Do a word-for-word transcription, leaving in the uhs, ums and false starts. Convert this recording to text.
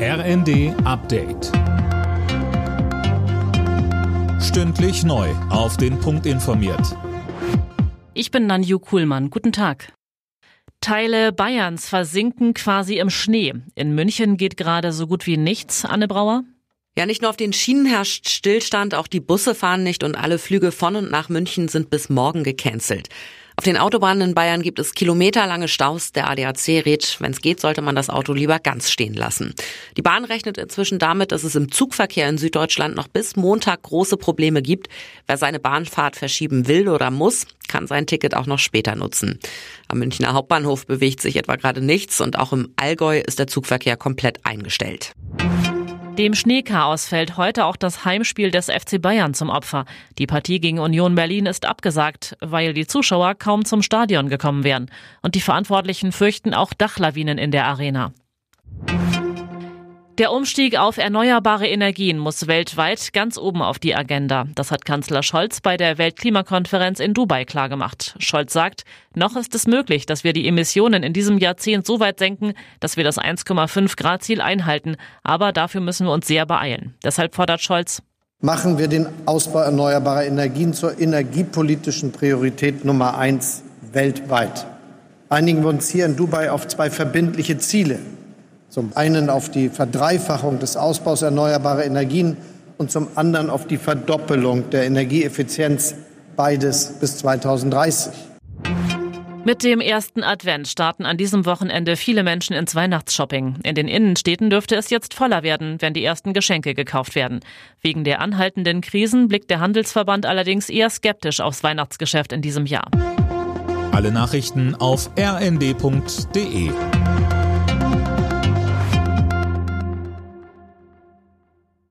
R N D Update. Stündlich neu auf den Punkt informiert. Ich bin Nanju Kuhlmann. Guten Tag. Teile Bayerns versinken quasi im Schnee. In München geht gerade so gut wie nichts. Anne Brauer? Ja, nicht nur auf den Schienen herrscht Stillstand, auch die Busse fahren nicht und alle Flüge von und nach München sind bis morgen gecancelt. Auf den Autobahnen in Bayern gibt es kilometerlange Staus. Der A D A C rät, wenn es geht, sollte man das Auto lieber ganz stehen lassen. Die Bahn rechnet inzwischen damit, dass es im Zugverkehr in Süddeutschland noch bis Montag große Probleme gibt. Wer seine Bahnfahrt verschieben will oder muss, kann sein Ticket auch noch später nutzen. Am Münchner Hauptbahnhof bewegt sich etwa gerade nichts und auch im Allgäu ist der Zugverkehr komplett eingestellt. Dem Schneechaos fällt heute auch das Heimspiel des F C Bayern zum Opfer. Die Partie gegen Union Berlin ist abgesagt, weil die Zuschauer kaum zum Stadion gekommen wären. Und die Verantwortlichen fürchten auch Dachlawinen in der Arena. Der Umstieg auf erneuerbare Energien muss weltweit ganz oben auf die Agenda. Das hat Kanzler Scholz bei der Weltklimakonferenz in Dubai klargemacht. Scholz sagt, noch ist es möglich, dass wir die Emissionen in diesem Jahrzehnt so weit senken, dass wir das eins Komma fünf Grad Ziel einhalten. Aber dafür müssen wir uns sehr beeilen. Deshalb fordert Scholz: Machen wir den Ausbau erneuerbarer Energien zur energiepolitischen Priorität Nummer eins weltweit. Einigen wir uns hier in Dubai auf zwei verbindliche Ziele. Zum einen auf die Verdreifachung des Ausbaus erneuerbarer Energien und zum anderen auf die Verdoppelung der Energieeffizienz, beides bis zweitausenddreißig. Mit dem ersten Advent starten an diesem Wochenende viele Menschen ins Weihnachtsshopping. In den Innenstädten dürfte es jetzt voller werden, wenn die ersten Geschenke gekauft werden. Wegen der anhaltenden Krisen blickt der Handelsverband allerdings eher skeptisch aufs Weihnachtsgeschäft in diesem Jahr. Alle Nachrichten auf r n d punkt d e.